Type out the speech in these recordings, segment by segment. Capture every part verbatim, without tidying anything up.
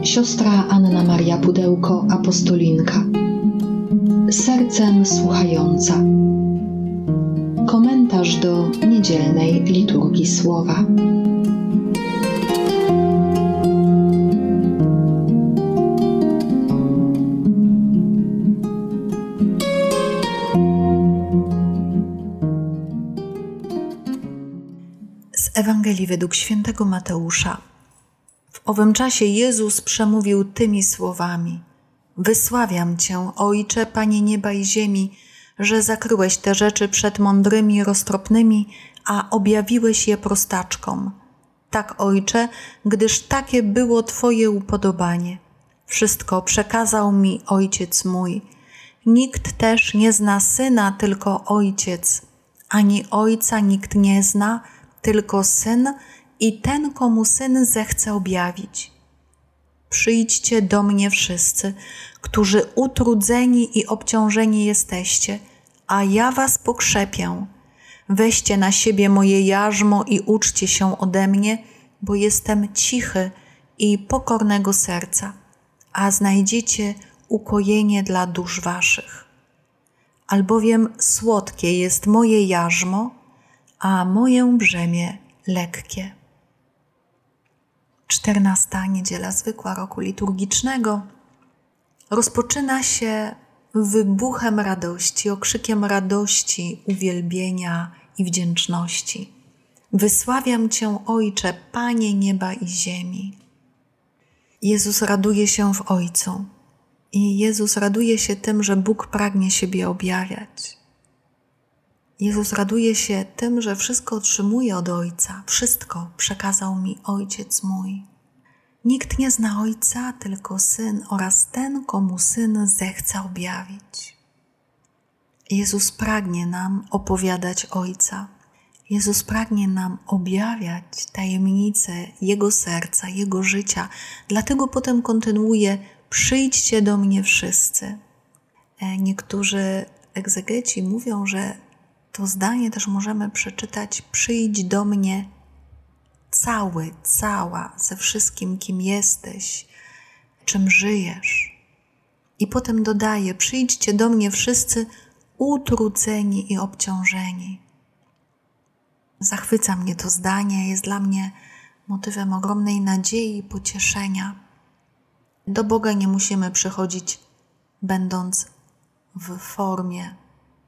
Siostra Anna Maria Pudełko, apostolinka. Sercem słuchająca. Komentarz do niedzielnej liturgii słowa. Z Ewangelii według świętego Mateusza. W owym czasie Jezus przemówił tymi słowami: Wysławiam Cię, Ojcze, Panie nieba i ziemi, że zakryłeś te rzeczy przed mądrymi i roztropnymi, a objawiłeś je prostaczkom. Tak, Ojcze, gdyż takie było Twoje upodobanie. Wszystko przekazał mi Ojciec mój. Nikt też nie zna Syna, tylko Ojciec, ani Ojca nikt nie zna, tylko Syn i ten, komu Syn zechce objawić. Przyjdźcie do mnie wszyscy, którzy utrudzeni i obciążeni jesteście, a ja was pokrzepię. Weźcie na siebie moje jarzmo i uczcie się ode mnie, bo jestem cichy i pokornego serca, a znajdziecie ukojenie dla dusz waszych. Albowiem słodkie jest moje jarzmo, a moje brzemię lekkie. Czternasta niedziela zwykła roku liturgicznego rozpoczyna się wybuchem radości, okrzykiem radości, uwielbienia i wdzięczności. Wysławiam Cię, Ojcze, Panie nieba i ziemi. Jezus raduje się w Ojcu i Jezus raduje się tym, że Bóg pragnie siebie objawiać. Jezus raduje się tym, że wszystko otrzymuje od Ojca. Wszystko przekazał mi Ojciec mój. Nikt nie zna Ojca, tylko Syn oraz ten, komu Syn zechce objawić. Jezus pragnie nam opowiadać Ojca. Jezus pragnie nam objawiać tajemnice Jego serca, Jego życia. Dlatego potem kontynuuje: przyjdźcie do mnie wszyscy. Niektórzy egzegeci mówią, że to zdanie też możemy przeczytać: przyjdź do mnie cały, cała, ze wszystkim, kim jesteś, czym żyjesz. I potem dodaje: przyjdźcie do mnie wszyscy utrudzeni i obciążeni. Zachwyca mnie to zdanie, jest dla mnie motywem ogromnej nadziei i pocieszenia. Do Boga nie musimy przychodzić będąc w formie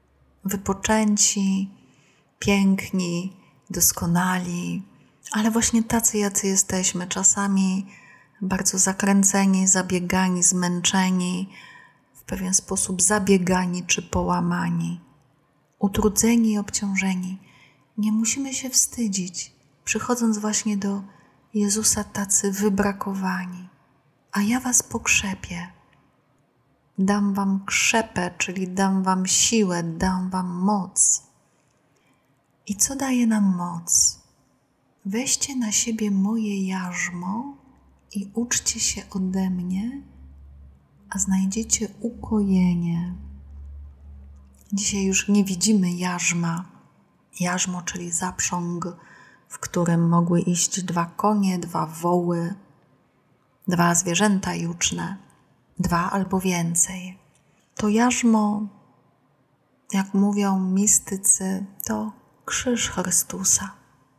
wypoczęci, piękni, doskonali, ale właśnie tacy, jacy jesteśmy, czasami bardzo zakręceni, zabiegani, zmęczeni, w pewien sposób zabiegani czy połamani, utrudzeni i obciążeni. Nie musimy się wstydzić, przychodząc właśnie do Jezusa tacy wybrakowani. A ja was pokrzepię. Dam wam krzepę, czyli dam wam siłę, dam wam moc. I co daje nam moc? Weźcie na siebie moje jarzmo i uczcie się ode mnie, a znajdziecie ukojenie. Dzisiaj już nie widzimy jarzma. Jarzmo, czyli zaprząg, w którym mogły iść dwa konie, dwa woły, dwa zwierzęta juczne. Dwa albo więcej. To jarzmo, jak mówią mistycy, to krzyż Chrystusa.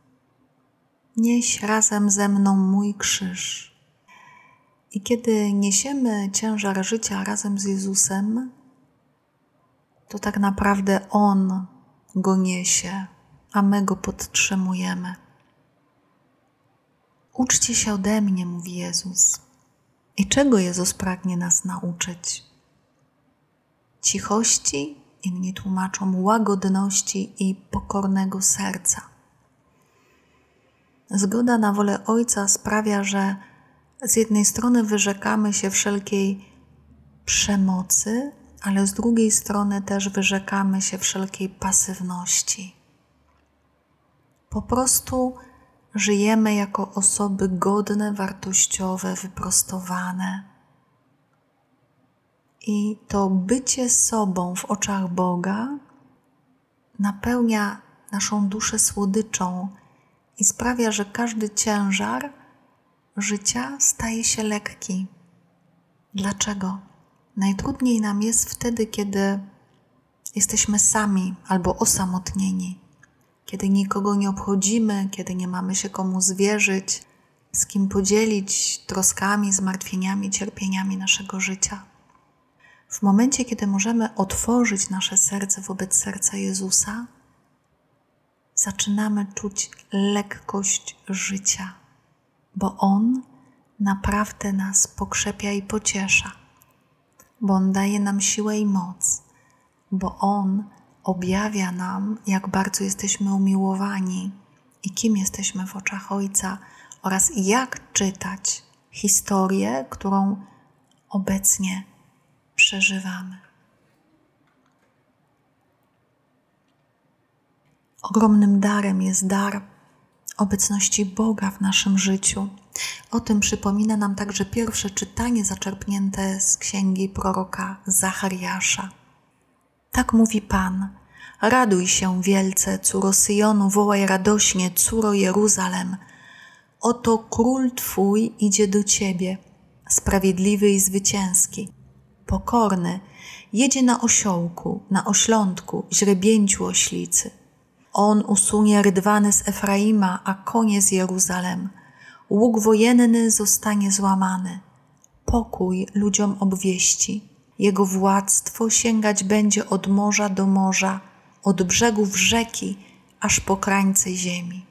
Nieś razem ze mną mój krzyż. I kiedy niesiemy ciężar życia razem z Jezusem, to tak naprawdę On go niesie, a my go podtrzymujemy. Uczcie się ode mnie, mówi Jezus. I czego Jezus pragnie nas nauczyć? Cichości, inni tłumaczą łagodności i pokornego serca. Zgoda na wolę Ojca sprawia, że z jednej strony wyrzekamy się wszelkiej przemocy, ale z drugiej strony też wyrzekamy się wszelkiej pasywności. Po prostu żyjemy jako osoby godne, wartościowe, wyprostowane. I to bycie sobą w oczach Boga napełnia naszą duszę słodyczą i sprawia, że każdy ciężar życia staje się lekki. Dlaczego? Najtrudniej nam jest wtedy, kiedy jesteśmy sami albo osamotnieni, kiedy nikogo nie obchodzimy, kiedy nie mamy się komu zwierzyć, z kim podzielić troskami, zmartwieniami, cierpieniami naszego życia. W momencie, kiedy możemy otworzyć nasze serce wobec serca Jezusa, zaczynamy czuć lekkość życia, bo On naprawdę nas pokrzepia i pociesza, bo On daje nam siłę i moc, bo On objawia nam, jak bardzo jesteśmy umiłowani i kim jesteśmy w oczach Ojca oraz jak czytać historię, którą obecnie przeżywamy. Ogromnym darem jest dar obecności Boga w naszym życiu. O tym przypomina nam także pierwsze czytanie zaczerpnięte z księgi proroka Zachariasza. Tak mówi Pan: raduj się wielce, córo Syjonu, wołaj radośnie, córo Jeruzalem. Oto król Twój idzie do Ciebie, sprawiedliwy i zwycięski, pokorny, jedzie na osiołku, na oślątku, źrebięciu oślicy. On usunie rydwany z Efraima, a konie z Jeruzalem. Łuk wojenny zostanie złamany. Pokój ludziom obwieści. Jego władztwo sięgać będzie od morza do morza, od brzegów rzeki, aż po krańce ziemi.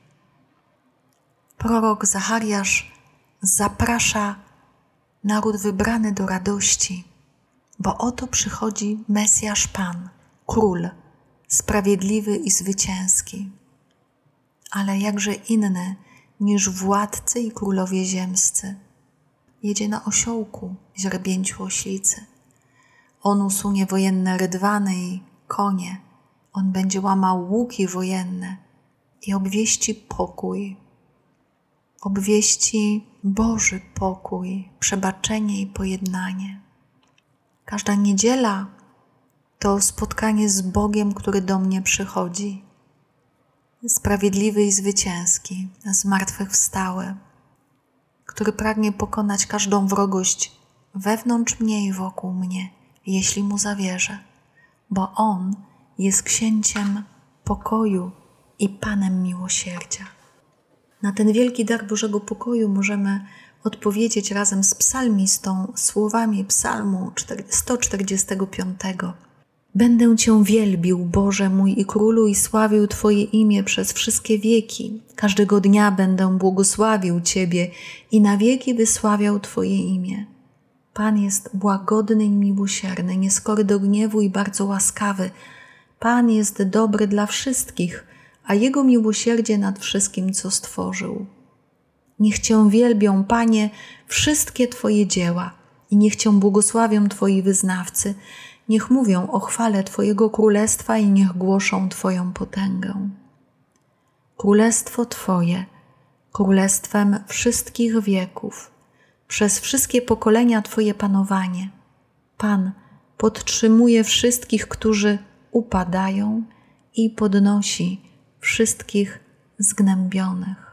Prorok Zachariasz zaprasza naród wybrany do radości, bo oto przychodzi Mesjasz Pan, Król, sprawiedliwy i zwycięski, ale jakże inny niż władcy i królowie ziemscy. Jedzie na osiołku, źrebięciu oślicy. On usunie wojenne rydwany i konie. On będzie łamał łuki wojenne i obwieści pokój. Obwieści Boży pokój, przebaczenie i pojednanie. Każda niedziela to spotkanie z Bogiem, który do mnie przychodzi. Sprawiedliwy i zwycięski, zmartwychwstały, który pragnie pokonać każdą wrogość wewnątrz mnie i wokół mnie, jeśli Mu zawierzę, bo On jest księciem pokoju i Panem miłosierdzia. Na ten wielki dar Bożego pokoju możemy odpowiedzieć razem z psalmistą słowami psalmu sto czterdziestego piątego. Będę Cię wielbił, Boże mój i Królu, i sławił Twoje imię przez wszystkie wieki. Każdego dnia będę błogosławił Ciebie i na wieki wysławiał Twoje imię. Pan jest łagodny i miłosierny, nieskory do gniewu i bardzo łaskawy. Pan jest dobry dla wszystkich, a Jego miłosierdzie nad wszystkim, co stworzył. Niech Cię wielbią, Panie, wszystkie Twoje dzieła i niech Cię błogosławią Twoi wyznawcy. Niech mówią o chwale Twojego królestwa i niech głoszą Twoją potęgę. Królestwo Twoje, królestwem wszystkich wieków, przez wszystkie pokolenia Twoje panowanie. Pan podtrzymuje wszystkich, którzy upadają i podnosi wszystkich zgnębionych.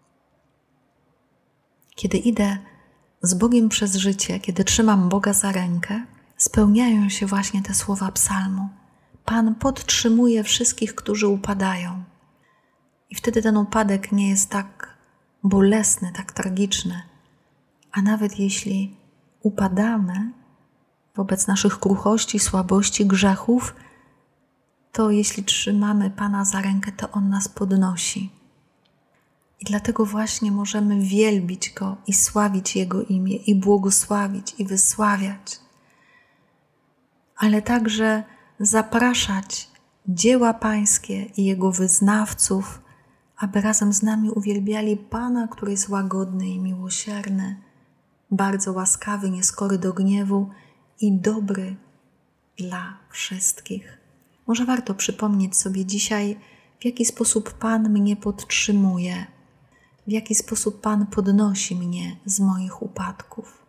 Kiedy idę z Bogiem przez życie, kiedy trzymam Boga za rękę, spełniają się właśnie te słowa psalmu. Pan podtrzymuje wszystkich, którzy upadają. I wtedy ten upadek nie jest tak bolesny, tak tragiczny. A nawet jeśli upadamy wobec naszych kruchości, słabości, grzechów, to jeśli trzymamy Pana za rękę, to On nas podnosi. I dlatego właśnie możemy wielbić Go i sławić Jego imię, i błogosławić, i wysławiać. Ale także zapraszać dzieła Pańskie i Jego wyznawców, aby razem z nami uwielbiali Pana, który jest łagodny i miłosierny, bardzo łaskawy, nieskory do gniewu i dobry dla wszystkich. Może warto przypomnieć sobie dzisiaj, w jaki sposób Pan mnie podtrzymuje, w jaki sposób Pan podnosi mnie z moich upadków.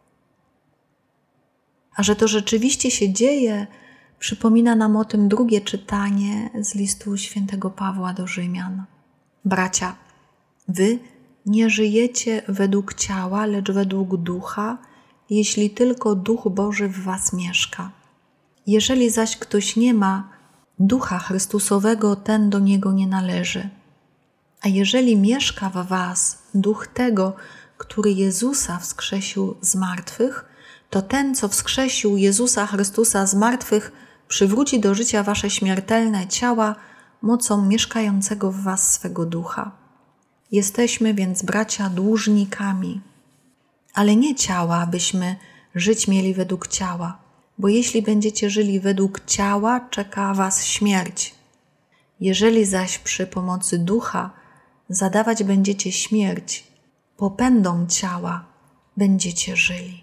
A że to rzeczywiście się dzieje, przypomina nam o tym drugie czytanie z listu świętego Pawła do Rzymian. Bracia, wy nie żyjecie według ciała, lecz według ducha, jeśli tylko Duch Boży w was mieszka. Jeżeli zaś ktoś nie ma Ducha Chrystusowego, ten do niego nie należy. A jeżeli mieszka w was Duch tego, który Jezusa wskrzesił z martwych, to ten, co wskrzesił Jezusa Chrystusa z martwych, przywróci do życia wasze śmiertelne ciała mocą mieszkającego w was swego Ducha. Jesteśmy więc, bracia, dłużnikami, ale nie ciała, abyśmy żyć mieli według ciała, bo jeśli będziecie żyli według ciała, czeka was śmierć. Jeżeli zaś przy pomocy Ducha zadawać będziecie śmierć, popędom ciała będziecie żyli.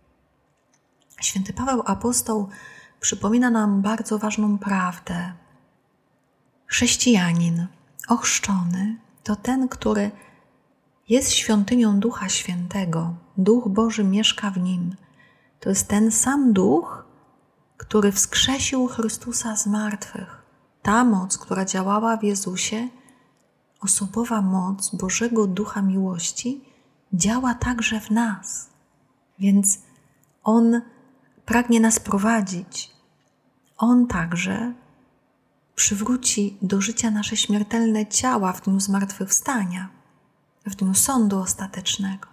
Święty Paweł Apostoł przypomina nam bardzo ważną prawdę. Chrześcijanin ochrzczony to ten, który jest świątynią Ducha Świętego. Duch Boży mieszka w nim. To jest ten sam Duch, który wskrzesił Chrystusa z martwych. Ta moc, która działała w Jezusie, osobowa moc Bożego Ducha Miłości, działa także w nas. Więc On pragnie nas prowadzić. On także przywróci do życia nasze śmiertelne ciała w dniu zmartwychwstania, w dniu sądu ostatecznego.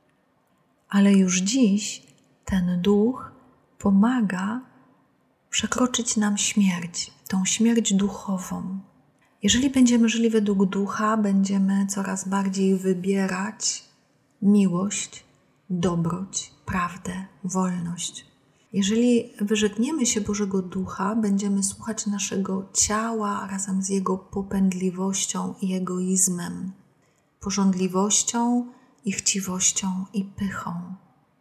Ale już dziś ten Duch pomaga przekroczyć nam śmierć, tą śmierć duchową. Jeżeli będziemy żyli według Ducha, będziemy coraz bardziej wybierać miłość, dobroć, prawdę, wolność. Jeżeli wyrzekniemy się Bożego Ducha, będziemy słuchać naszego ciała razem z jego popędliwością i egoizmem, pożądliwością i chciwością i pychą.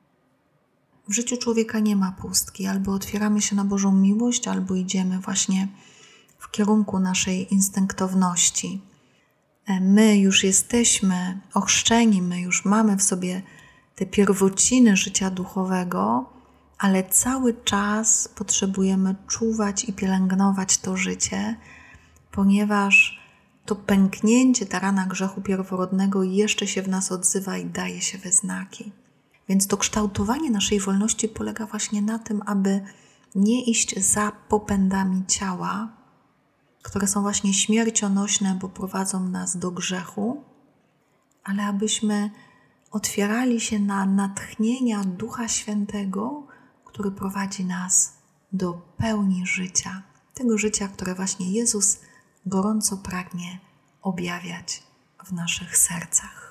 W życiu człowieka nie ma pustki. Albo otwieramy się na Bożą miłość, albo idziemy właśnie w kierunku naszej instynktowności. My już jesteśmy ochrzczeni, my już mamy w sobie te pierwociny życia duchowego, ale cały czas potrzebujemy czuwać i pielęgnować to życie, ponieważ to pęknięcie, ta rana grzechu pierworodnego jeszcze się w nas odzywa i daje się we znaki. Więc to kształtowanie naszej wolności polega właśnie na tym, aby nie iść za popędami ciała, które są właśnie śmiercionośne, bo prowadzą nas do grzechu, ale abyśmy otwierali się na natchnienia Ducha Świętego, który prowadzi nas do pełni życia, tego życia, które właśnie Jezus gorąco pragnie objawiać w naszych sercach.